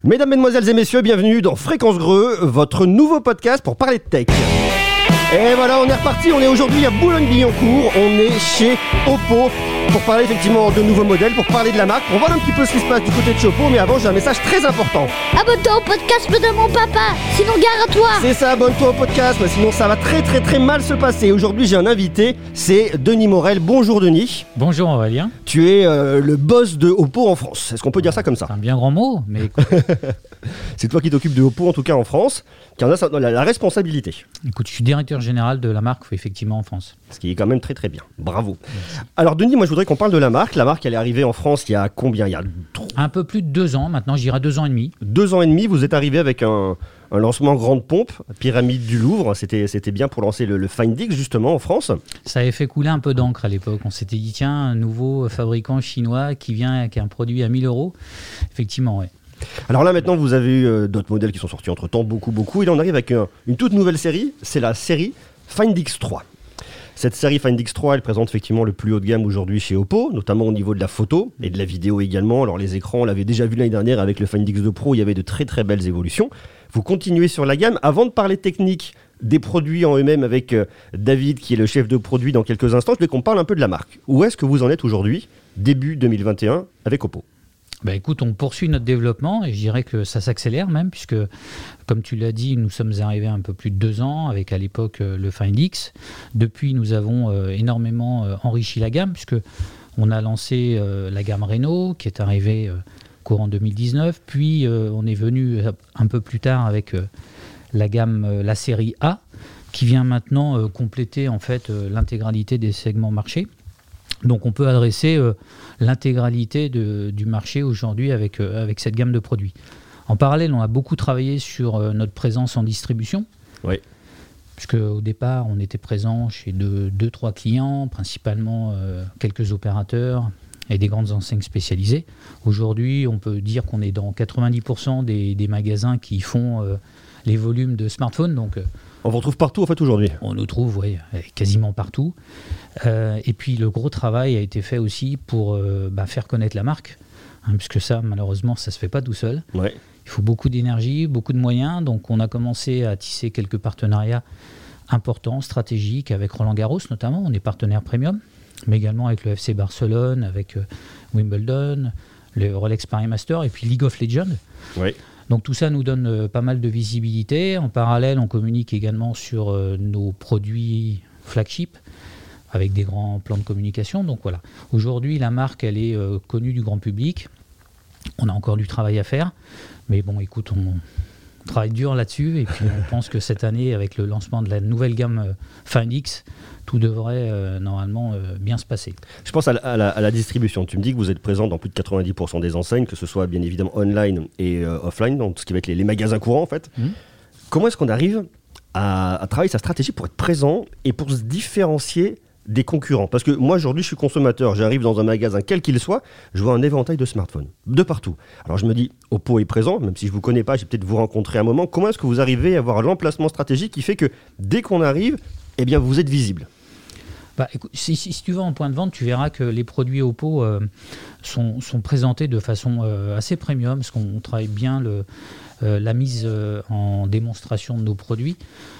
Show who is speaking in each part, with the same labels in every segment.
Speaker 1: Mesdames, Mesdemoiselles et Messieurs, bienvenue dans Fréquence Greux, votre nouveau podcast pour parler de tech. Et voilà, on est reparti, on est aujourd'hui à Boulogne-Billancourt, on est chez Oppo pour parler effectivement de nouveaux modèles, pour parler de la marque, pour voir un petit peu ce qui se passe du côté de chez Oppo, mais avant j'ai un message très important.
Speaker 2: Abonne-toi au podcast de mon papa, sinon gare à toi.
Speaker 1: C'est ça, abonne-toi au podcast, mais sinon ça va très mal se passer. Aujourd'hui j'ai un invité, c'est Denis Morel. Bonjour Denis.
Speaker 3: Bonjour Aurélien.
Speaker 1: Tu es le boss de Oppo en France, est-ce qu'on peut dire ça comme ça?
Speaker 3: C'est un bien grand mot, mais...
Speaker 1: C'est toi qui t'occupes de Oppo en tout cas en France, qui en a la responsabilité.
Speaker 3: Écoute, je suis directeur général de la marque effectivement en France.
Speaker 1: Ce qui est quand même très bien, bravo. Merci. Alors Denis, moi je voudrais qu'on parle de la marque. La marque elle est arrivée en France il y a combien? Il y a
Speaker 3: un peu plus de 2 ans maintenant, je dirais 2 ans et demi.
Speaker 1: 2 ans et demi, vous êtes arrivé avec un lancement grande pompe, pyramide du Louvre, c'était bien pour lancer le Find X justement en France. Ça
Speaker 3: avait fait couler un peu d'encre à l'époque, on s'était dit tiens, un nouveau fabricant chinois qui vient avec un produit à 1000 €. Effectivement, ouais.
Speaker 1: Alors là maintenant vous avez eu d'autres modèles qui sont sortis entre temps, beaucoup, et là on arrive avec une toute nouvelle série, c'est la série Find X3. Cette série Find X3 elle présente effectivement le plus haut de gamme aujourd'hui chez Oppo, notamment au niveau de la photo et de la vidéo également. Alors les écrans on l'avait déjà vu l'année dernière avec le Find X2 Pro, il y avait de très belles évolutions. Vous continuez sur la gamme, avant de parler technique des produits en eux-mêmes avec David qui est le chef de produit dans quelques instants, je voulais qu'on parle un peu de la marque. Où est-ce que vous en êtes aujourd'hui, début 2021 avec Oppo?
Speaker 3: Bah écoute, on poursuit notre développement et je dirais que ça s'accélère même puisque, comme tu l'as dit, nous sommes arrivés à un peu plus de 2 ans avec à l'époque le Find X. Depuis, nous avons énormément enrichi la gamme puisque on a lancé la gamme Reno qui est arrivée courant 2019. Puis on est venu un peu plus tard avec la gamme, la série A qui vient maintenant compléter en fait l'intégralité des segments marché. Donc on peut adresser l'intégralité du marché aujourd'hui avec cette gamme de produits. En parallèle, on a beaucoup travaillé sur notre présence en distribution.
Speaker 1: Oui.
Speaker 3: Puisque au départ, on était présent chez 2-3 clients, principalement quelques opérateurs et des grandes enseignes spécialisées. Aujourd'hui, on peut dire qu'on est dans 90% des magasins qui font les volumes de smartphones. Donc,
Speaker 1: on vous retrouve partout en fait aujourd'hui.
Speaker 3: On nous trouve, oui, quasiment partout. Et puis le gros travail a été fait aussi pour faire connaître la marque, puisque ça, malheureusement, ça ne se fait pas tout seul.
Speaker 1: Ouais.
Speaker 3: Il faut beaucoup d'énergie, beaucoup de moyens. Donc on a commencé à tisser quelques partenariats importants, stratégiques, avec Roland Garros notamment. On est partenaire premium, mais également avec le FC Barcelone, avec Wimbledon, le Rolex Paris Master et puis League of Legends.
Speaker 1: Ouais.
Speaker 3: Donc tout ça nous donne pas mal de visibilité. En parallèle, on communique également sur nos produits flagship avec des grands plans de communication. Donc voilà, aujourd'hui la marque elle est connue du grand public. On a encore du travail à faire, mais bon écoute, on travaille dur là-dessus et puis on pense que cette année avec le lancement de la nouvelle gamme Find X, tout devrait normalement bien se passer.
Speaker 1: Je pense à la distribution. Tu me dis que vous êtes présent dans plus de 90% des enseignes, que ce soit bien évidemment online et offline, donc ce qui va être les magasins courants en fait. Comment est-ce qu'on arrive à travailler sa stratégie pour être présent et pour se différencier des concurrents? Parce que moi aujourd'hui je suis consommateur, j'arrive dans un magasin quel qu'il soit, je vois un éventail de smartphones de partout. Alors je me dis Oppo est présent, même si je ne vous connais pas, j'ai peut-être vous rencontrer un moment. Comment est-ce que vous arrivez à avoir l'emplacement stratégique qui fait que dès qu'on arrive, eh bien vous êtes visible?
Speaker 3: Écoute, si tu vas en point de vente, tu verras que les produits Oppo sont présentés de façon assez premium, parce qu'on travaille bien la mise en démonstration de nos produits.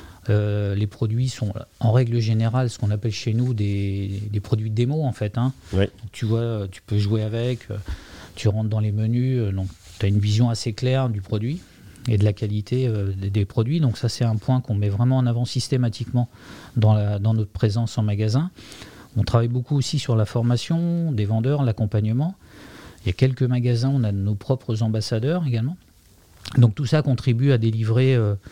Speaker 3: Les produits sont en règle générale ce qu'on appelle chez nous des produits de démo en fait.
Speaker 1: Oui.
Speaker 3: Tu vois, tu peux jouer avec, tu rentres dans les menus, donc tu as une vision assez claire du produit et de la qualité des produits. Donc ça c'est un point qu'on met vraiment en avant systématiquement dans notre présence en magasin. On travaille beaucoup aussi sur la formation des vendeurs, l'accompagnement. Il y a quelques magasins, on a nos propres ambassadeurs également. Donc tout ça contribue à délivrer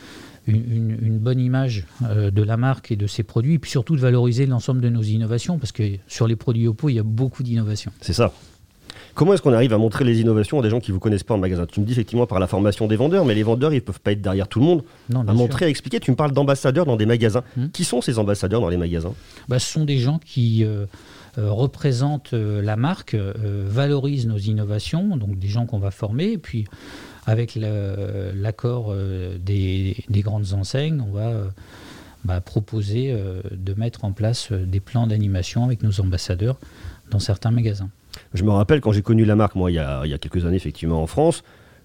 Speaker 3: une bonne image de la marque et de ses produits, et puis surtout de valoriser l'ensemble de nos innovations, parce que sur les produits Oppo, il y a beaucoup d'innovations.
Speaker 1: C'est ça. Comment est-ce qu'on arrive à montrer les innovations à des gens qui ne vous connaissent pas en magasin? Tu me dis effectivement par la formation des vendeurs, mais les vendeurs, ils ne peuvent pas être derrière tout le monde.
Speaker 3: Non,
Speaker 1: à montrer, à expliquer. Tu me parles d'ambassadeurs dans des magasins. Qui sont ces ambassadeurs dans les magasins?
Speaker 3: Ce sont des gens qui représentent la marque, valorisent nos innovations, donc des gens qu'on va former, et puis avec l'accord des grandes enseignes, on va proposer de mettre en place des plans d'animation avec nos ambassadeurs dans certains magasins.
Speaker 1: Je me rappelle quand j'ai connu la marque, moi, il y a quelques années, effectivement, en France,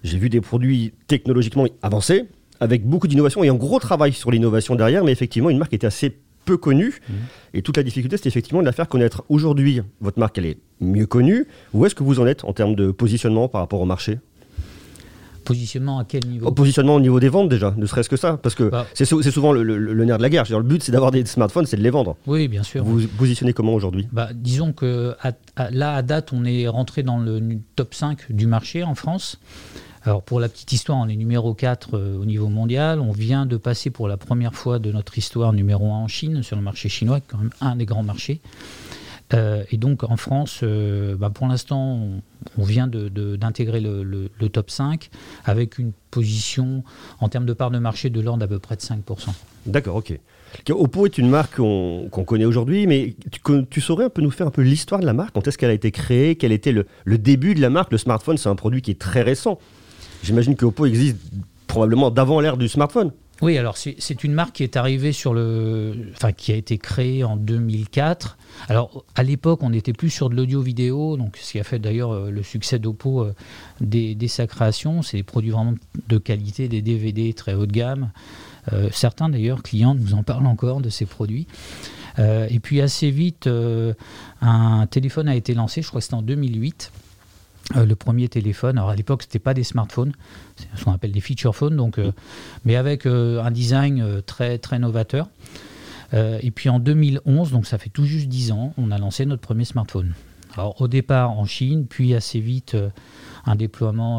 Speaker 1: j'ai vu des produits technologiquement avancés, avec beaucoup d'innovation et un gros travail sur l'innovation derrière, mais effectivement, une marque était assez peu connue. Et toute la difficulté, c'était effectivement de la faire connaître. Aujourd'hui, votre marque, elle est mieux connue. Où est-ce que vous en êtes en termes de positionnement par rapport au marché ?
Speaker 3: Positionnement à quel niveau ?
Speaker 1: Positionnement au niveau des ventes déjà, ne serait-ce que ça, parce que c'est souvent le nerf de la guerre. Le but, c'est d'avoir des smartphones, c'est de les vendre.
Speaker 3: Oui, bien sûr.
Speaker 1: Vous vous positionnez comment aujourd'hui ?
Speaker 3: Disons que à date, on est rentré dans le top 5 du marché en France. Alors pour la petite histoire, on est numéro 4 au niveau mondial. On vient de passer pour la première fois de notre histoire numéro 1 en Chine, sur le marché chinois, quand même un des grands marchés. Et donc en France, pour l'instant, on vient d'intégrer le top 5 avec une position en termes de part de marché de l'ordre d'à peu près de 5%.
Speaker 1: D'accord, ok. Oppo est une marque qu'on connaît aujourd'hui, mais tu saurais un peu nous faire un peu l'histoire de la marque ? Quand est-ce qu'elle a été créée ? Quel était le début de la marque ? Le smartphone, c'est un produit qui est très récent. J'imagine que Oppo existe probablement d'avant l'ère du smartphone.
Speaker 3: Oui, alors c'est une marque qui est arrivée qui a été créée en 2004. Alors à l'époque, on était plus sur de l'audio-vidéo, donc ce qui a fait d'ailleurs le succès d'Oppo dès sa création. C'est des produits vraiment de qualité, des DVD très haut de gamme. Certains d'ailleurs clients nous en parlent encore de ces produits. Et puis assez vite, un téléphone a été lancé, je crois que c'était en 2008. Le premier téléphone, alors à l'époque c'était pas des smartphones, c'est ce qu'on appelle des feature phones, mais avec un design très, très novateur. Et puis en 2011, donc ça fait tout juste 10 ans, on a lancé notre premier smartphone. Alors au départ en Chine, puis assez vite un déploiement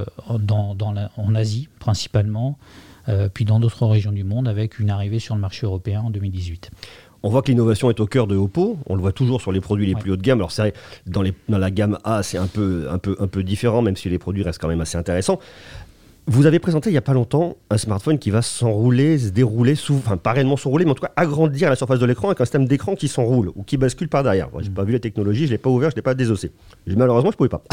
Speaker 3: en Asie principalement, puis dans d'autres régions du monde avec une arrivée sur le marché européen en 2018.
Speaker 1: On voit que l'innovation est au cœur de Oppo. On le voit toujours sur les produits les plus haut de gamme. Alors c'est vrai, dans la gamme A, c'est un peu différent, même si les produits restent quand même assez intéressants. Vous avez présenté il n'y a pas longtemps un smartphone qui va s'enrouler, se dérouler, pas réellement s'enrouler, mais en tout cas agrandir la surface de l'écran avec un système d'écran qui s'enroule ou qui bascule par derrière. Je n'ai pas vu la technologie, je ne l'ai pas ouvert, je ne l'ai pas désossé. Malheureusement, je ne pouvais pas.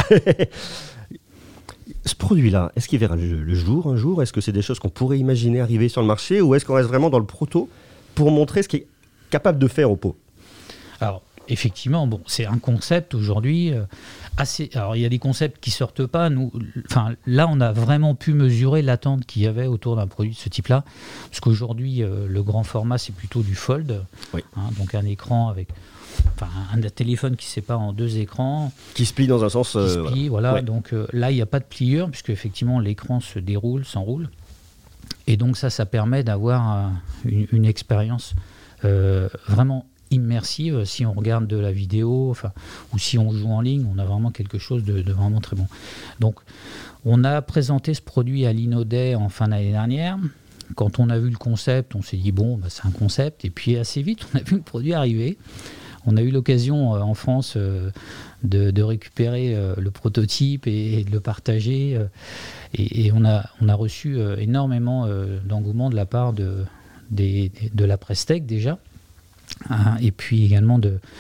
Speaker 1: Ce produit-là, est-ce qu'il verra le jour un jour ? Est-ce que c'est des choses qu'on pourrait imaginer arriver sur le marché ou est-ce qu'on reste vraiment dans le proto pour montrer ce qui est capable de faire Oppo ?
Speaker 3: Alors, effectivement, c'est un concept aujourd'hui assez... Alors, il y a des concepts qui sortent pas. Là, on a vraiment pu mesurer l'attente qu'il y avait autour d'un produit de ce type-là. Parce qu'aujourd'hui, le grand format, c'est plutôt du fold. Oui. Donc, un écran avec... un téléphone qui se sépare en deux écrans.
Speaker 1: Qui se plie dans un sens...
Speaker 3: Qui se plie, voilà.
Speaker 1: Ouais.
Speaker 3: Donc, là, il n'y a pas de pliure, puisque effectivement, l'écran se déroule, s'enroule. Et donc, ça permet d'avoir une expérience... vraiment immersive. Si on regarde de la vidéo ou si on joue en ligne, on a vraiment quelque chose de vraiment très bon. Donc on a présenté ce produit à l'Innoday en fin d'année dernière. Quand on a vu le concept, on s'est dit c'est un concept, et puis assez vite on a vu le produit arriver. On a eu l'occasion en France de récupérer le prototype et de le partager, et on a reçu énormément d'engouement de la part de la presse tech déjà, et puis également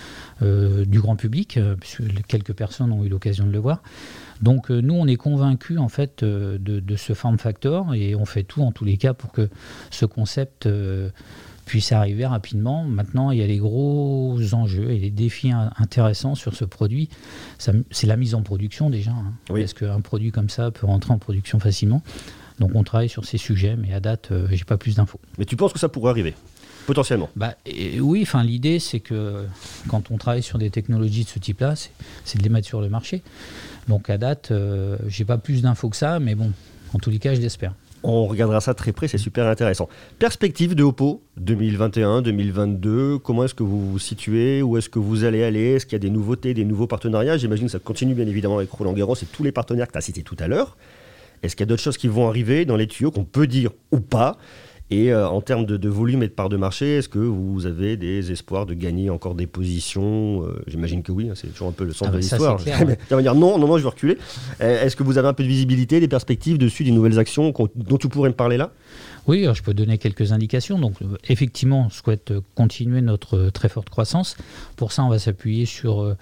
Speaker 3: du grand public, puisque quelques personnes ont eu l'occasion de le voir. Donc nous, on est convaincus en fait de ce form factor, et on fait tout en tous les cas pour que ce concept puisse arriver rapidement. Maintenant, il y a les gros enjeux et les défis intéressants sur ce produit. C'est la mise en production déjà,
Speaker 1: Oui.
Speaker 3: Parce qu'un produit comme ça peut rentrer en production facilement. Donc on travaille sur ces sujets, mais à date, j'ai pas plus d'infos.
Speaker 1: Mais tu penses que ça pourrait arriver ? Potentiellement.
Speaker 3: Oui, l'idée c'est que quand on travaille sur des technologies de ce type-là, c'est de les mettre sur le marché. Donc à date, j'ai pas plus d'infos que ça, mais en tous les cas, je l'espère.
Speaker 1: On regardera ça de très près, c'est super intéressant. Perspective de Oppo 2021, 2022, comment est-ce que vous vous situez ? Où est-ce que vous allez aller ? Est-ce qu'il y a des nouveautés, des nouveaux partenariats ? J'imagine que ça continue bien évidemment avec Roland-Garros et tous les partenaires que tu as cités tout à l'heure. Est-ce qu'il y a d'autres choses qui vont arriver dans les tuyaux qu'on peut dire ou pas ? Et en termes de volume et de part de marché, est-ce que vous avez des espoirs de gagner encore des positions ? J'imagine que oui, c'est toujours un peu le centre de l'histoire.
Speaker 3: Ça, c'est clair,
Speaker 1: Tu vas dire non, je vais reculer. Est-ce que vous avez un peu de visibilité, des perspectives dessus, des nouvelles actions dont tu pourrais me parler là ?
Speaker 3: Oui, je peux donner quelques indications. Donc, effectivement, on souhaite continuer notre très forte croissance. Pour ça, on va s'appuyer sur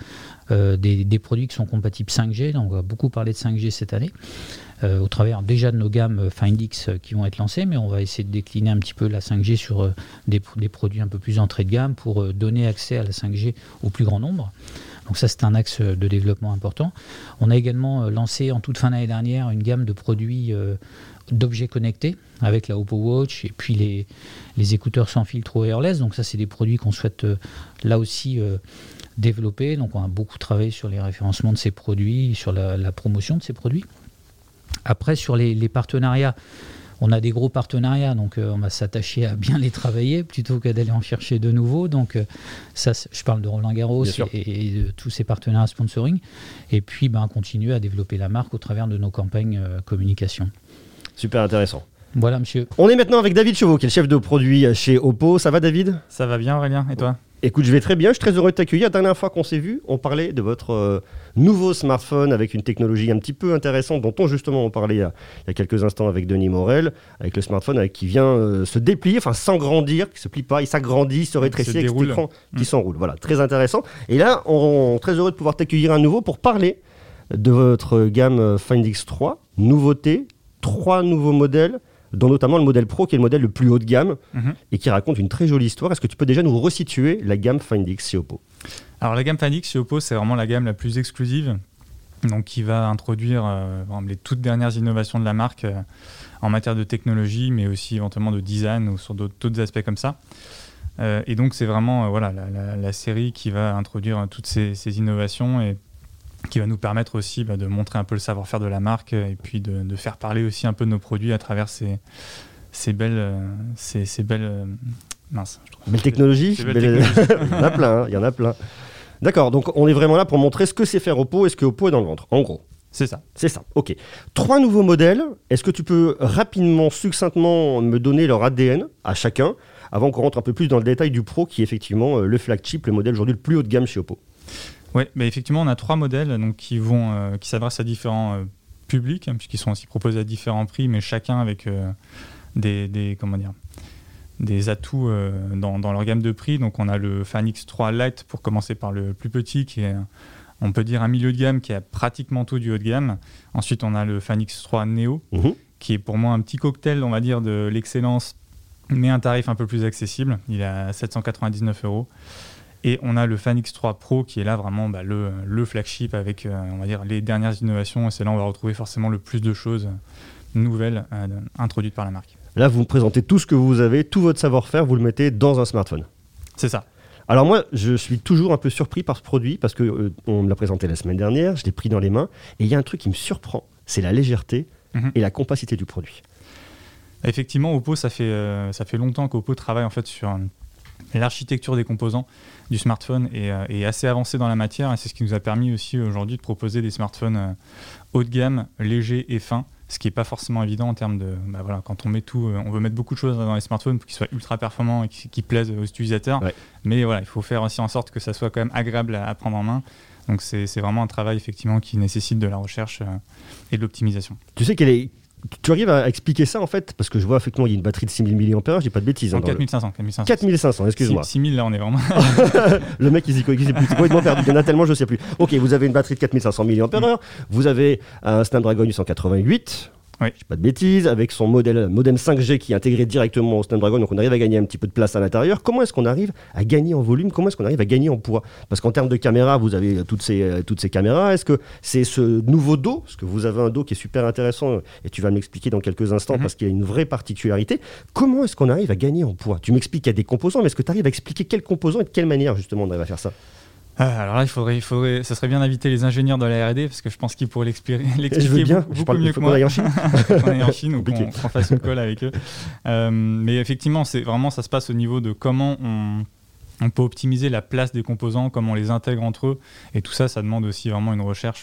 Speaker 3: des produits qui sont compatibles 5G. Donc, on va beaucoup parler de 5G cette année, au travers déjà de nos gammes Find X qui vont être lancées, mais on va essayer de décliner un petit peu la 5G sur des produits un peu plus entrée de gamme pour donner accès à la 5G au plus grand nombre. Donc ça, c'est un axe de développement important. On a également lancé en toute fin d'année dernière une gamme de produits d'objets connectés avec la Oppo Watch et puis les écouteurs sans filtre au wireless. Donc ça, c'est des produits qu'on souhaite là aussi développer. Donc on a beaucoup travaillé sur les référencements de ces produits, sur la promotion de ces produits. Après, sur les partenariats, on a des gros partenariats, donc on va s'attacher à bien les travailler plutôt que d'aller en chercher de nouveaux. Donc ça, je parle de Roland Garros et de tous ces partenariats sponsoring. Et puis continuer à développer la marque au travers de nos campagnes communication.
Speaker 1: Super intéressant.
Speaker 3: Voilà, monsieur.
Speaker 1: On est maintenant avec David Chevaux, qui est le chef de produit chez Oppo. Ça va, David ?
Speaker 4: Ça va bien, Aurélien, et toi ?
Speaker 1: Écoute, je vais très bien, je suis très heureux de t'accueillir. La dernière fois qu'on s'est vu, on parlait de votre nouveau smartphone avec une technologie un petit peu intéressante dont on parlait il y a quelques instants avec Denis Morel, avec le smartphone qui vient se déplier, enfin s'engrandir, qui ne se plie pas, il s'agrandit, se rétrécit avec cet écran qui s'enroule. Voilà, très intéressant. Et là, on est très heureux de pouvoir t'accueillir à nouveau pour parler de votre gamme Find X3, nouveauté, 3 nouveaux modèles, dont notamment le modèle Pro qui est le modèle le plus haut de gamme et qui raconte une très jolie histoire. Est-ce que tu peux déjà nous resituer la gamme Find X chez Oppo ?
Speaker 4: Alors la gamme Find X chez Oppo, c'est vraiment la gamme la plus exclusive, donc qui va introduire les toutes dernières innovations de la marque en matière de technologie, mais aussi éventuellement de design ou sur d'autres aspects comme ça. Et donc c'est vraiment la série qui va introduire toutes ces innovations et qui va nous permettre aussi de montrer un peu le savoir-faire de la marque et puis de faire parler aussi un peu de nos produits à travers ces belles
Speaker 1: technologies. Il y en a plein. D'accord, donc on est vraiment là pour montrer ce que c'est faire Oppo et ce que Oppo est dans le ventre, en gros.
Speaker 4: C'est ça,
Speaker 1: ok. 3 nouveaux modèles, est-ce que tu peux rapidement, succinctement me donner leur ADN à chacun, avant qu'on rentre un peu plus dans le détail du Pro, qui est effectivement le flagship, le modèle aujourd'hui le plus haut de gamme chez Oppo ?
Speaker 4: Oui, effectivement, on a 3 modèles donc, qui s'adressent à différents publics, puisqu'ils sont aussi proposés à différents prix, mais chacun avec des atouts dans leur gamme de prix. Donc on a le Find X3 Lite pour commencer par le plus petit, qui est, on peut dire, un milieu de gamme qui a pratiquement tout du haut de gamme. Ensuite, on a le Find X3 Neo, qui est pour moi un petit cocktail, on va dire, de l'excellence, mais un tarif un peu plus accessible. Il est à 799 €. Et on a le Find X3 Pro qui est là vraiment le flagship avec on va dire les dernières innovations, et c'est là où on va retrouver forcément le plus de choses nouvelles introduites par la marque.
Speaker 1: Là, vous me présentez tout ce que vous avez, tout votre savoir-faire, vous le mettez dans un smartphone.
Speaker 4: C'est ça.
Speaker 1: Alors moi, je suis toujours un peu surpris par ce produit parce que on me l'a présenté la semaine dernière, je l'ai pris dans les mains, et il y a un truc qui me surprend, c'est la légèreté et la compacité du produit.
Speaker 4: Effectivement, Oppo, ça fait longtemps qu'Oppo travaille en fait sur l'architecture des composants du smartphone est assez avancée dans la matière, et c'est ce qui nous a permis aussi aujourd'hui de proposer des smartphones haut de gamme, légers et fins, ce qui n'est pas forcément évident en termes de... quand on met tout, on veut mettre beaucoup de choses dans les smartphones pour qu'ils soient ultra performants et qui plaisent aux utilisateurs, mais il faut faire aussi en sorte que ça soit quand même agréable à prendre en main. Donc c'est vraiment un travail effectivement qui nécessite de la recherche et de l'optimisation.
Speaker 1: Tu sais tu arrives à expliquer ça en fait, parce que je vois effectivement il y a une batterie de 6000 mAh, je dis pas de bêtises. 4500, excuse-moi.
Speaker 4: 6000 là on est vraiment...
Speaker 1: Le mec il s'est complètement perdu, il y en a tellement je sais plus. Ok, vous avez une batterie de 4500 mAh, vous avez un Snapdragon 888, je dis pas de bêtises, avec son modem 5G qui est intégré directement au Snapdragon, donc on arrive à gagner un petit peu de place à l'intérieur. Comment est-ce qu'on arrive à gagner en volume ? Comment est-ce qu'on arrive à gagner en poids ? Parce qu'en termes de caméra, vous avez toutes ces caméras. Est-ce que c'est ce nouveau dos ? Parce que vous avez un dos qui est super intéressant et tu vas m'expliquer dans quelques instants parce qu'il y a une vraie particularité. Comment est-ce qu'on arrive à gagner en poids ? Tu m'expliques qu'il y a des composants, mais est-ce que tu arrives à expliquer quels composants et de quelle manière justement on arrive à faire ça ?
Speaker 4: Alors là, il faudrait, ça serait bien d'inviter les ingénieurs de la R&D parce que je pense qu'ils pourraient l'expliquer beaucoup mieux que moi.
Speaker 1: On aille en Chine.
Speaker 4: On aille en Chine, donc on fasse une call avec eux. Mais effectivement, ça se passe au niveau de comment on peut optimiser la place des composants, comment on les intègre entre eux. Et tout ça, ça demande aussi vraiment une recherche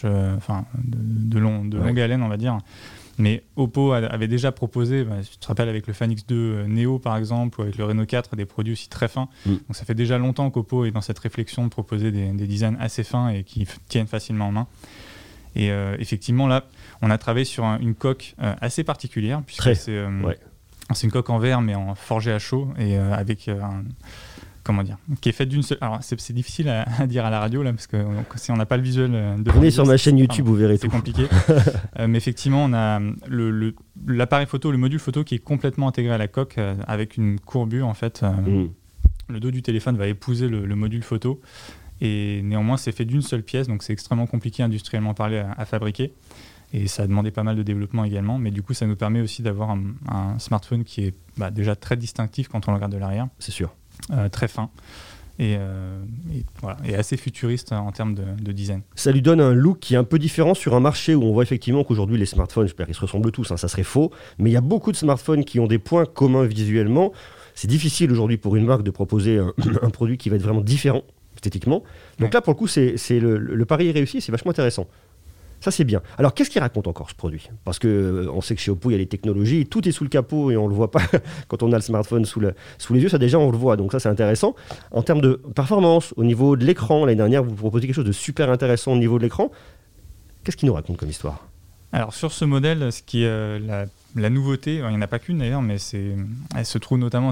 Speaker 4: de longue haleine, on va dire. Mais Oppo avait déjà proposé, tu te rappelles avec le Find X2 Neo par exemple, ou avec le Reno 4, des produits aussi très fins. Donc ça fait déjà longtemps qu'Oppo est dans cette réflexion de proposer des designs assez fins et qui tiennent facilement en main. Et effectivement là, on a travaillé sur une coque assez particulière, puisque c'est une coque en verre mais en forgé à chaud et avec qui est faite d'une seule... Alors, c'est difficile à dire à la radio, là, parce que si on n'a pas le visuel...
Speaker 1: Prenez sur ma chaîne YouTube, vous verrez tout.
Speaker 4: C'est compliqué. Mais effectivement, on a l'appareil photo, le module photo qui est complètement intégré à la coque avec une courbure, en fait. Le dos du téléphone va épouser le module photo. Et néanmoins, c'est fait d'une seule pièce, donc c'est extrêmement compliqué industriellement parlé à fabriquer. Et ça a demandé pas mal de développement également. Mais du coup, ça nous permet aussi d'avoir un smartphone qui est déjà très distinctif quand on le regarde de l'arrière.
Speaker 1: C'est sûr.
Speaker 4: Très fin. Et assez futuriste en termes de design.
Speaker 1: Ça lui donne un look qui est un peu différent sur un marché où on voit effectivement qu'aujourd'hui les smartphones, j'espère qu'ils se ressemblent tous, ça serait faux, mais il y a beaucoup de smartphones qui ont des points communs visuellement. C'est difficile aujourd'hui pour une marque de proposer un produit qui va être vraiment différent esthétiquement. Donc là, pour le coup, le pari est réussi, c'est vachement intéressant. Ça, c'est bien. Alors, qu'est-ce qu'il raconte encore, ce produit ? Parce qu'on sait que chez Oppo, il y a les technologies, tout est sous le capot et on ne le voit pas quand on a le smartphone sous les yeux. Ça, déjà, on le voit. Donc ça, c'est intéressant. En termes de performance, au niveau de l'écran, l'année dernière, vous proposez quelque chose de super intéressant au niveau de l'écran. Qu'est-ce qu'il nous raconte comme histoire ?
Speaker 4: Alors, sur ce modèle, ce qui est la nouveauté, il n'y en a pas qu'une d'ailleurs, mais elle se trouve notamment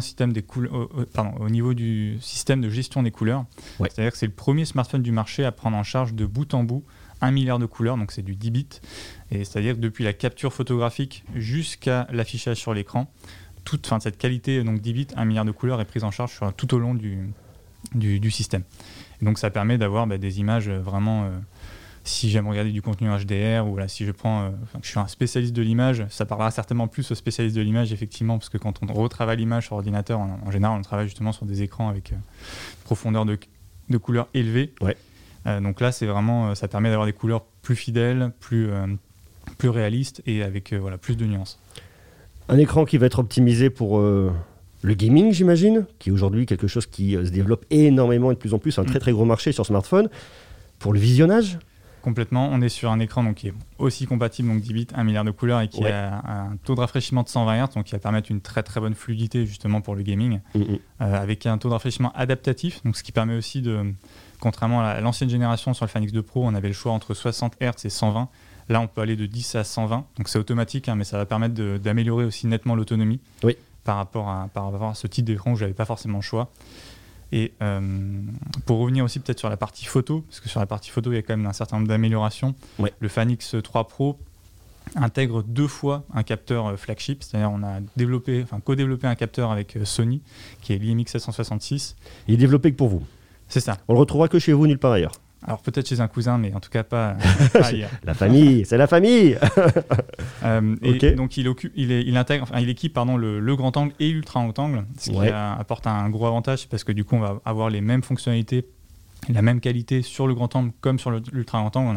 Speaker 4: au niveau du système de gestion des couleurs. Ouais. C'est-à-dire que c'est le premier smartphone du marché à prendre en charge de bout en bout 1 milliard de couleurs, donc c'est du 10 bits. Et c'est-à-dire que depuis la capture photographique jusqu'à l'affichage sur l'écran, cette qualité, donc 10 bits, 1 milliard de couleurs est prise en charge tout au long du système. Et donc ça permet d'avoir des images vraiment... si j'aime regarder du contenu HDR, ou là, si je suis un spécialiste de l'image, ça parlera certainement plus aux spécialistes de l'image, effectivement, parce que quand on retravaille l'image sur ordinateur, en général, on travaille justement sur des écrans avec une profondeur de couleurs élevée. Ouais. Donc là, c'est vraiment, ça permet d'avoir des couleurs plus fidèles, plus réalistes et avec plus de nuances.
Speaker 1: Un écran qui va être optimisé pour le gaming, j'imagine, qui est aujourd'hui quelque chose qui se développe énormément et de plus en plus, un très très gros marché sur smartphone. Pour le visionnage ?
Speaker 4: Complètement, on est sur un écran qui est aussi compatible, donc 10 bits, 1 milliard de couleurs et qui a un taux de rafraîchissement de 120 Hz, donc qui va permettre une très très bonne fluidité justement pour le gaming, avec un taux de rafraîchissement adaptatif, donc ce qui permet aussi contrairement à l'ancienne génération sur le Fan X2 Pro, on avait le choix entre 60 Hz et 120. Là, on peut aller de 10 à 120, donc c'est automatique, mais ça va permettre d'améliorer aussi nettement l'autonomie par rapport à ce type d'écran où je n'avais pas forcément le choix. Et pour revenir aussi peut-être sur la partie photo, parce que sur la partie photo, il y a quand même un certain nombre d'améliorations. Ouais. Le Fan X3 Pro intègre 2 fois un capteur flagship, c'est-à-dire on a co-développé un capteur avec Sony, qui est l'IMX766.
Speaker 1: Il est développé que pour vous.
Speaker 4: C'est ça.
Speaker 1: On le retrouvera que chez vous, nulle part ailleurs.
Speaker 4: Alors peut-être chez un cousin, mais en tout cas pas ailleurs.
Speaker 1: La famille, c'est la famille.
Speaker 4: Et donc il équipe le grand angle et l'ultra grand angle, ce qui apporte un gros avantage parce que du coup on va avoir les mêmes fonctionnalités, la même qualité sur le grand angle comme sur l'ultra grand angle.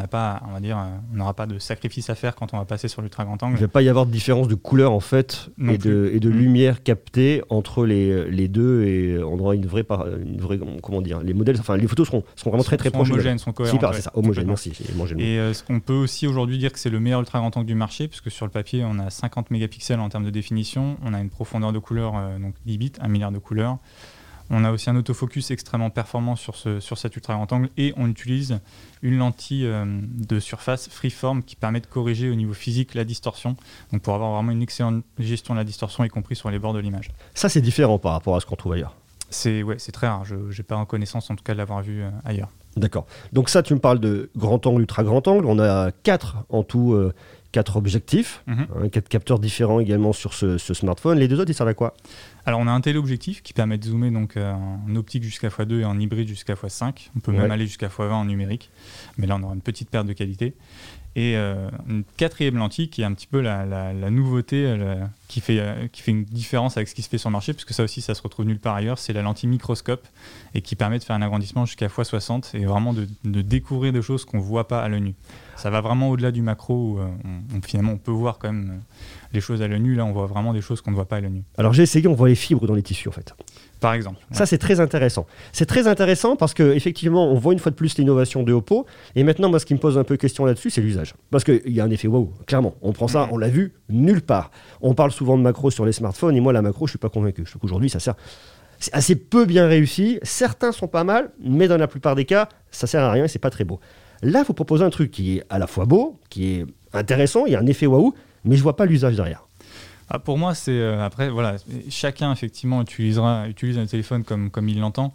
Speaker 4: On n'aura pas de sacrifice à faire quand on va passer sur l'ultra grand angle.
Speaker 1: Il ne va pas y avoir de différence de couleur en fait et de lumière captée entre les deux et on aura une vraie comment dire, les modèles, les photos seront vraiment très très proches.
Speaker 4: Homogènes, sont cohérents.
Speaker 1: C'est ça, homogènes, merci.
Speaker 4: Et on peut aussi aujourd'hui dire que c'est le meilleur ultra grand angle du marché puisque sur le papier on a 50 mégapixels en termes de définition, on a une profondeur de couleur donc 10 bits, 1 milliard de couleurs. On a aussi un autofocus extrêmement performant sur cet ultra grand angle et on utilise une lentille de surface freeform qui permet de corriger au niveau physique la distorsion, donc pour avoir vraiment une excellente gestion de la distorsion, y compris sur les bords de l'image.
Speaker 1: Ça, c'est différent par rapport à ce qu'on trouve ailleurs.
Speaker 4: C'est très rare, je n'ai pas en connaissance en tout cas de l'avoir vu ailleurs.
Speaker 1: D'accord. Donc ça, tu me parles de grand angle, ultra grand angle. On a 4 en tout, 4 objectifs, 4 capteurs différents également sur ce smartphone. Les deux autres, ils servent à quoi ?
Speaker 4: Alors on a un téléobjectif qui permet de zoomer donc, en optique jusqu'à x2 et en hybride jusqu'à x5. On peut même aller jusqu'à x20 en numérique, mais là on aura une petite perte de qualité. Et une 4e lentille qui est un petit peu la nouveauté qui fait une différence avec ce qui se fait sur le marché, puisque ça aussi ça se retrouve nulle part ailleurs, c'est la lentille microscope et qui permet de faire un agrandissement jusqu'à x60 et vraiment de découvrir des choses qu'on ne voit pas à l'œil nu. Ça va vraiment au-delà du macro où finalement on peut voir quand même les choses à l'œil nu. Là on voit vraiment des choses qu'on ne voit pas à l'œil nu.
Speaker 1: Alors j'ai essayé, on voit les fibres dans les tissus en fait.
Speaker 4: Par exemple.
Speaker 1: Ça, c'est très intéressant. C'est très intéressant parce qu'effectivement, on voit une fois de plus l'innovation de Oppo. Et maintenant, moi, ce qui me pose un peu question là-dessus, c'est l'usage. Parce qu'il y a un effet waouh, clairement. On prend ça, on l'a vu nulle part. On parle souvent de macro sur les smartphones. Et moi, la macro, je ne suis pas convaincu. Je trouve qu'aujourd'hui, ça sert... C'est assez peu bien réussi. Certains sont pas mal, mais dans la plupart des cas, ça sert à rien et c'est pas très beau. Là, vous proposez un truc qui est à la fois beau, qui est intéressant, il y a un effet waouh, mais je vois pas l'usage derrière.
Speaker 4: Pour moi, c'est après voilà, chacun effectivement utilise un téléphone comme il l'entend.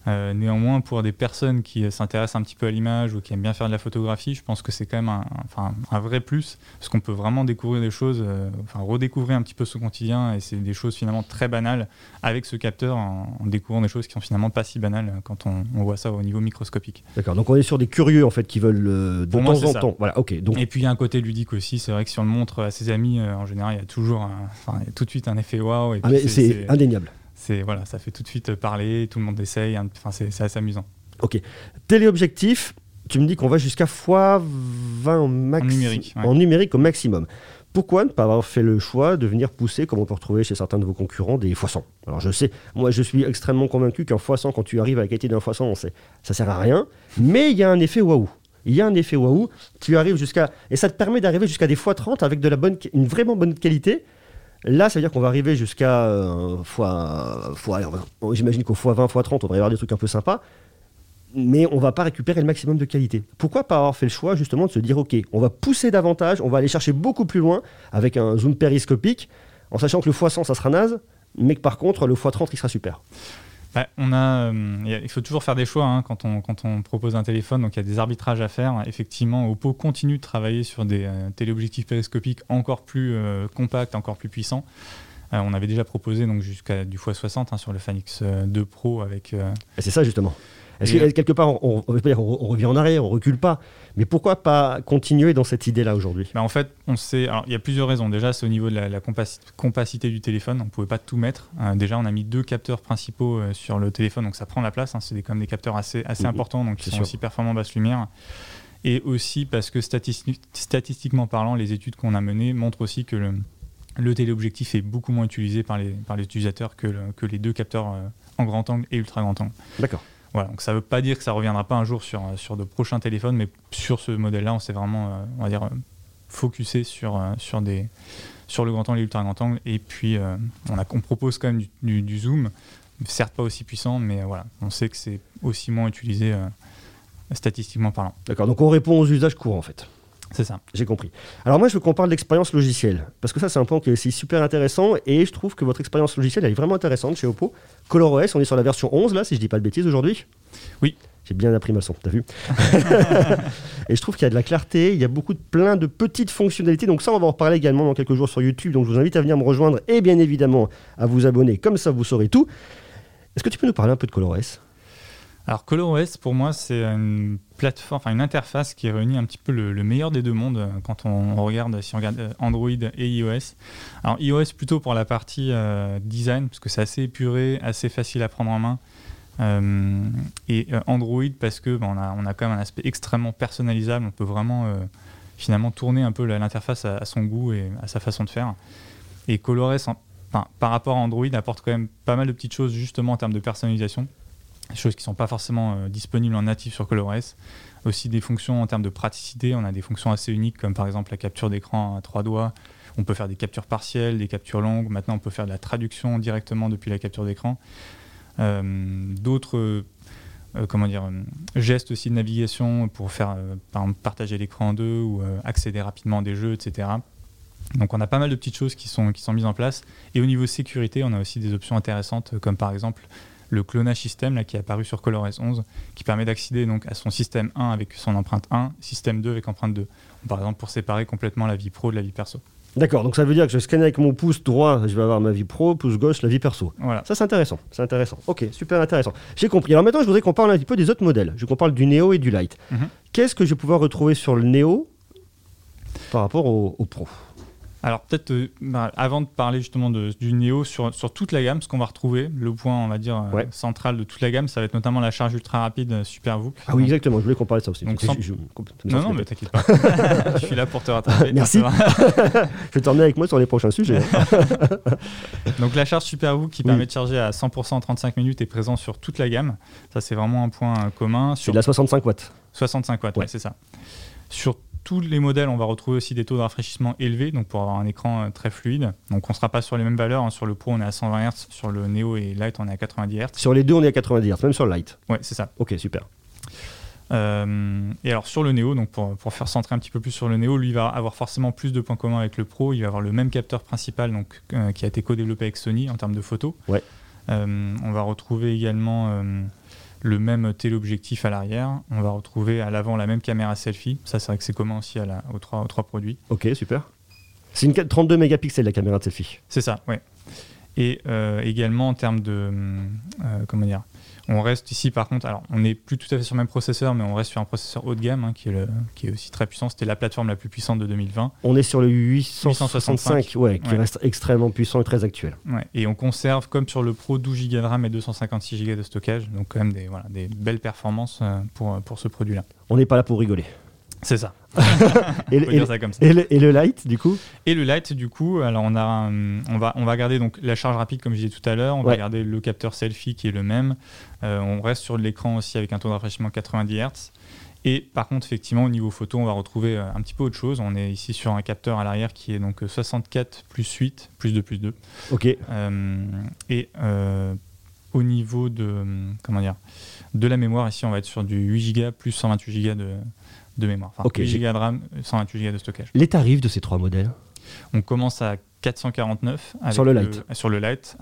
Speaker 4: Néanmoins, pour des personnes qui s'intéressent un petit peu à l'image ou qui aiment bien faire de la photographie, je pense que c'est quand même un vrai plus, parce qu'on peut vraiment découvrir des choses, redécouvrir un petit peu son quotidien, et c'est des choses finalement très banales avec ce capteur, en découvrant des choses qui sont finalement pas si banales quand on voit ça au niveau microscopique.
Speaker 1: D'accord, donc on est sur des curieux en fait qui veulent de temps en temps. Voilà, ok. Donc...
Speaker 4: Et puis il y a un côté ludique aussi, c'est vrai que si on le montre à ses amis, en général, il y a toujours il y a tout de suite un effet waouh.
Speaker 1: Mais c'est indéniable.
Speaker 4: Voilà, ça fait tout de suite parler, tout le monde essaye, c'est assez amusant.
Speaker 1: Ok. Téléobjectif, tu me dis qu'on va jusqu'à x20 max...
Speaker 4: En numérique. Ouais.
Speaker 1: En numérique au maximum. Pourquoi ne pas avoir fait le choix de venir pousser, comme on peut retrouver chez certains de vos concurrents, des x100 ? Alors je sais, moi je suis extrêmement convaincu qu'un x100, quand tu arrives à la qualité d'un x100, ça sert à rien, mais il y a un effet waouh. Il y a un effet waouh, tu arrives jusqu'à... Et ça te permet d'arriver jusqu'à des x30 avec une vraiment bonne qualité. Là, ça veut dire qu'on va arriver jusqu'à j'imagine qu'au x20, x30, on va y avoir des trucs un peu sympas, mais on ne va pas récupérer le maximum de qualité. Pourquoi pas avoir fait le choix justement de se dire, ok, on va pousser davantage, on va aller chercher beaucoup plus loin avec un zoom périscopique, en sachant que le x100, ça sera naze, mais que par contre, le x30, il sera super.
Speaker 4: Il faut toujours faire des choix quand on propose un téléphone, donc il y a des arbitrages à faire. Effectivement, Oppo continue de travailler sur des téléobjectifs périscopiques encore plus compacts, encore plus puissants. On avait déjà proposé donc, jusqu'à du x60 sur le Fan X2 Pro avec...
Speaker 1: C'est ça justement. Est-ce que quelque part, on revient en arrière, on recule pas, mais pourquoi pas continuer dans cette idée-là aujourd'hui ?
Speaker 4: En fait, il y a plusieurs raisons. Déjà, c'est au niveau de la compacité du téléphone. On ne pouvait pas tout mettre. Déjà, on a mis 2 capteurs principaux sur le téléphone, donc ça prend la place. C'est quand même des capteurs assez importants, donc qui sont aussi performants basse lumière. Et aussi parce que statistiquement parlant, les études qu'on a menées montrent aussi que le téléobjectif est beaucoup moins utilisé par les utilisateurs que les 2 capteurs en grand angle et ultra grand angle.
Speaker 1: D'accord.
Speaker 4: Voilà, donc ça ne veut pas dire que ça ne reviendra pas un jour sur de prochains téléphones, mais sur ce modèle-là, on s'est vraiment, focusé sur le grand angle et l'ultra grand angle. Et puis, on propose quand même du zoom, certes pas aussi puissant, mais voilà, on sait que c'est aussi moins utilisé statistiquement parlant.
Speaker 1: D'accord, donc on répond aux usages courants en fait.
Speaker 4: C'est ça.
Speaker 1: J'ai compris. Alors moi, je veux qu'on parle d'expérience logicielle, parce que ça, c'est un point qui est aussi super intéressant, et je trouve que votre expérience logicielle, elle est vraiment intéressante chez Oppo. ColorOS, on est sur la version 11, là, si je dis pas de bêtises aujourd'hui.
Speaker 4: Oui.
Speaker 1: J'ai bien appris ma leçon, t'as vu. Et je trouve qu'il y a de la clarté, il y a plein de petites fonctionnalités, donc ça, on va en reparler également dans quelques jours sur YouTube, donc je vous invite à venir me rejoindre, et bien évidemment, à vous abonner, comme ça, vous saurez tout. Est-ce que tu peux nous parler un peu de ColorOS ?
Speaker 4: Alors ColorOS, pour moi, c'est une plateforme, une interface qui réunit un petit peu le meilleur des deux mondes quand si on regarde Android et iOS. Alors iOS plutôt pour la partie design, parce que c'est assez épuré, assez facile à prendre en main. Et Android parce que on a quand même un aspect extrêmement personnalisable. On peut vraiment finalement tourner un peu l'interface à son goût et à sa façon de faire. Et ColorOS, par rapport à Android, apporte quand même pas mal de petites choses justement en termes de personnalisation. Des choses qui ne sont pas forcément disponibles en natif sur ColorOS. Aussi des fonctions en termes de praticité. On a des fonctions assez uniques comme par exemple la capture d'écran à 3 doigts. On peut faire des captures partielles, des captures longues. Maintenant, on peut faire de la traduction directement depuis la capture d'écran. D'autres gestes aussi de navigation pour faire par exemple, partager l'écran en deux ou accéder rapidement à des jeux, etc. Donc on a pas mal de petites choses qui sont mises en place. Et au niveau sécurité, on a aussi des options intéressantes comme par exemple le clonage système là, qui est apparu sur ColorOS 11 qui permet d'accéder donc, à son système 1 avec son empreinte 1, système 2 avec empreinte 2. Par exemple pour séparer complètement la vie pro de la vie perso.
Speaker 1: D'accord, donc ça veut dire que je scanne avec mon pouce droit, je vais avoir ma vie pro, pouce gauche, la vie perso.
Speaker 4: Voilà.
Speaker 1: Ça c'est intéressant. Ok, super intéressant. J'ai compris. Alors maintenant je voudrais qu'on parle un petit peu des autres modèles. Je veux qu'on parle du Neo et du Lite. Qu'est-ce que je vais pouvoir retrouver sur le Neo par rapport au Pro ?
Speaker 4: Alors peut-être avant de parler justement du Neo sur toute la gamme, ce qu'on va retrouver, le point on va dire central de toute la gamme, ça va être notamment la charge ultra rapide SuperVOOC.
Speaker 1: Ah oui exactement, je voulais qu'on parle de ça aussi.
Speaker 4: Donc, non mais t'inquiète pas, je suis là pour te rattraper.
Speaker 1: Merci. Je vais t'emmener avec moi sur les prochains sujets.
Speaker 4: Donc la charge SuperVOOC qui permet de charger à 100% en 35 minutes est présent sur toute la gamme. Ça c'est vraiment un point commun.
Speaker 1: C'est de la 65 watts.
Speaker 4: 65 watts, ouais c'est ça. Sur tous les modèles, on va retrouver aussi des taux de rafraîchissement élevés, donc pour avoir un écran très fluide. Donc on ne sera pas sur les mêmes valeurs. Sur le Pro, on est à 120 Hz. Sur le Neo et Lite, on est à 90 Hz.
Speaker 1: Sur les deux, on est à 90 Hz, même sur le Lite.
Speaker 4: Ouais, c'est ça.
Speaker 1: Ok, super.
Speaker 4: Et alors sur le Neo, donc pour faire centrer un petit peu plus sur le Neo, lui va avoir forcément plus de points communs avec le Pro. Il va avoir le même capteur principal donc, qui a été co-développé avec Sony en termes de photos.
Speaker 1: Ouais.
Speaker 4: On va retrouver également le même téléobjectif à l'arrière. On va retrouver à l'avant la même caméra selfie. Ça, c'est vrai que c'est commun aussi aux trois produits.
Speaker 1: Ok, super. C'est une 32 mégapixels la caméra de selfie.
Speaker 4: C'est ça, oui. Et également en termes de... comment dire, on reste ici par contre, alors on n'est plus tout à fait sur le même processeur, mais on reste sur un processeur haut de gamme qui est aussi très puissant. C'était la plateforme la plus puissante de 2020.
Speaker 1: On est sur le 865, qui reste extrêmement puissant et très actuel.
Speaker 4: Ouais. Et on conserve, comme sur le Pro, 12 Go de RAM et 256 Go de stockage. Donc quand même des belles performances pour ce produit-là.
Speaker 1: On n'est pas là pour rigoler.
Speaker 4: C'est ça.
Speaker 1: Et le Lite, du coup ?
Speaker 4: Et le Lite, du coup, alors on va garder donc la charge rapide, comme je disais tout à l'heure. On va garder le capteur selfie qui est le même. On reste sur l'écran aussi avec un taux de rafraîchissement 90 Hz. Et par contre, effectivement, au niveau photo, on va retrouver un petit peu autre chose. On est ici sur un capteur à l'arrière qui est donc 64 plus 8 plus 2 plus 2.
Speaker 1: Ok.
Speaker 4: Au niveau de la mémoire, ici, on va être sur du 8 Go plus 128 Go de mémoire. Enfin, 8 Go de RAM, 128 Go de stockage.
Speaker 1: Les tarifs de ces trois modèles ?
Speaker 4: On commence à 449 avec
Speaker 1: sur le Lite.
Speaker 4: Sur le Lite,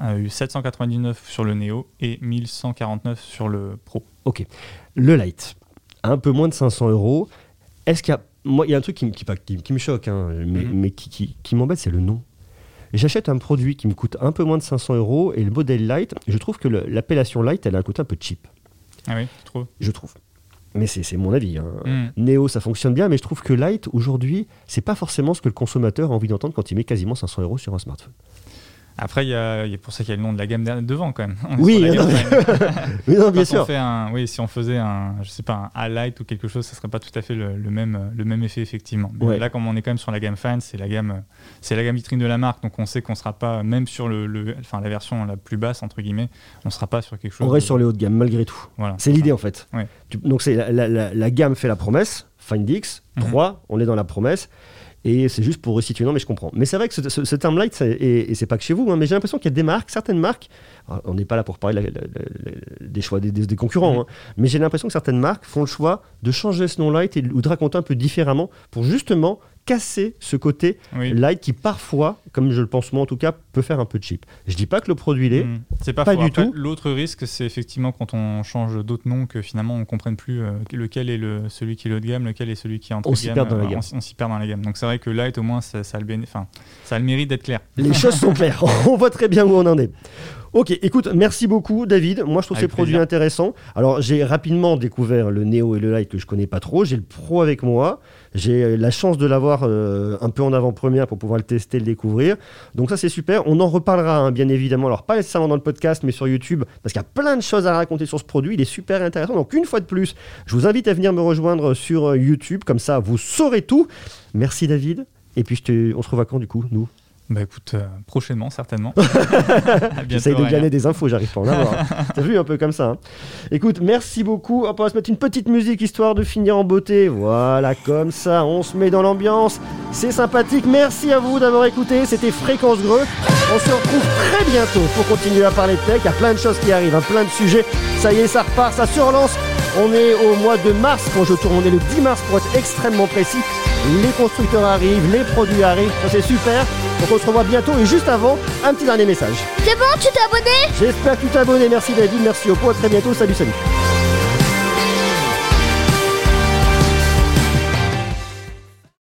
Speaker 4: 799 sur le Neo et 1149 sur le Pro.
Speaker 1: Ok. Le Lite, un peu moins de 500 €. Est-ce qu'il y a... Moi, il y a un truc qui me choque, mais qui m'embête, c'est le nom. J'achète un produit qui me coûte un peu moins de 500 € et le modèle Lite, je trouve que l'appellation Lite, elle a un côté un peu cheap.
Speaker 4: Ah oui, tu trouves ?
Speaker 1: Je trouve. Mais c'est mon avis. Neo, ça fonctionne bien, mais je trouve que Lite, aujourd'hui, c'est pas forcément ce que le consommateur a envie d'entendre quand il met quasiment 500 € sur un smartphone.
Speaker 4: Après, il y a pour ça qu'il y a le nom de la gamme devant quand même.
Speaker 1: Oui, bien sûr.
Speaker 4: Si on faisait un A-Lite ou quelque chose, ça serait pas tout à fait le même effet effectivement. Mais là, comme on est quand même sur la gamme Fan, c'est la gamme vitrine de la marque, donc on sait qu'on sera pas, même sur la version la plus basse entre guillemets, on sera pas sur quelque chose.
Speaker 1: On reste sur les haut de gamme malgré tout.
Speaker 4: Voilà,
Speaker 1: c'est l'idée en fait.
Speaker 4: Ouais.
Speaker 1: Donc c'est la gamme fait la promesse. Find X 3, on est dans la promesse. Et c'est juste pour resituer, non mais je comprends. Mais c'est vrai que ce terme Lite, et c'est pas que chez vous, mais j'ai l'impression qu'il y a des marques, certaines marques, on n'est pas là pour parler des choix des concurrents, mais j'ai l'impression que certaines marques font le choix de changer ce nom Lite ou de raconter un peu différemment pour justement casser ce côté Lite qui parfois, comme je le pense moi en tout cas, peut faire un peu cheap. Je dis pas que le produit l'est,
Speaker 4: c'est pas du tout. L'autre risque, c'est effectivement quand on change d'autres noms que finalement on comprenne plus lequel est celui qui est haut de gamme, lequel est celui qui est entre gamme. On s'y perd dans la gamme. Donc c'est vrai que Lite au moins ça a le mérite d'être clair.
Speaker 1: Les choses sont claires. On voit très bien où on en est. Ok, écoute, merci beaucoup David. Moi je trouve ces produits intéressants. Alors j'ai rapidement découvert le Neo et le Lite que je connais pas trop. J'ai le Pro avec moi. J'ai la chance de l'avoir un peu en avant-première pour pouvoir le tester, le découvrir. Donc ça c'est super. On en reparlera bien évidemment. Alors pas nécessairement dans le podcast mais sur YouTube parce qu'il y a plein de choses à raconter sur ce produit. Il est super intéressant. Donc une fois de plus, je vous invite à venir me rejoindre sur YouTube. Comme ça vous saurez tout. Merci David. Et puis on se revoit quand du coup nous ?
Speaker 4: Bah écoute, prochainement certainement.
Speaker 1: J'essaye de gagner des infos, j'arrive pas à en avoir. T'as vu un peu comme ça. Écoute, merci beaucoup. On va se mettre une petite musique histoire de finir en beauté. Voilà, comme ça, on se met dans l'ambiance. C'est sympathique. Merci à vous d'avoir écouté. C'était Fréquence Greux. On se retrouve très bientôt pour continuer à parler de tech. Il y a plein de choses qui arrivent, plein de sujets. Ça y est, ça repart, ça se relance. On est au mois de mars quand je tourne. On est le 10 mars pour être extrêmement précis. Les constructeurs arrivent, les produits arrivent. Ça c'est super. Donc on se revoit bientôt. Et juste avant, un petit dernier message.
Speaker 2: C'est bon, tu t'es abonné ?
Speaker 1: J'espère que tu t'es abonné. Merci David, merci Oppo. À très bientôt. Salut.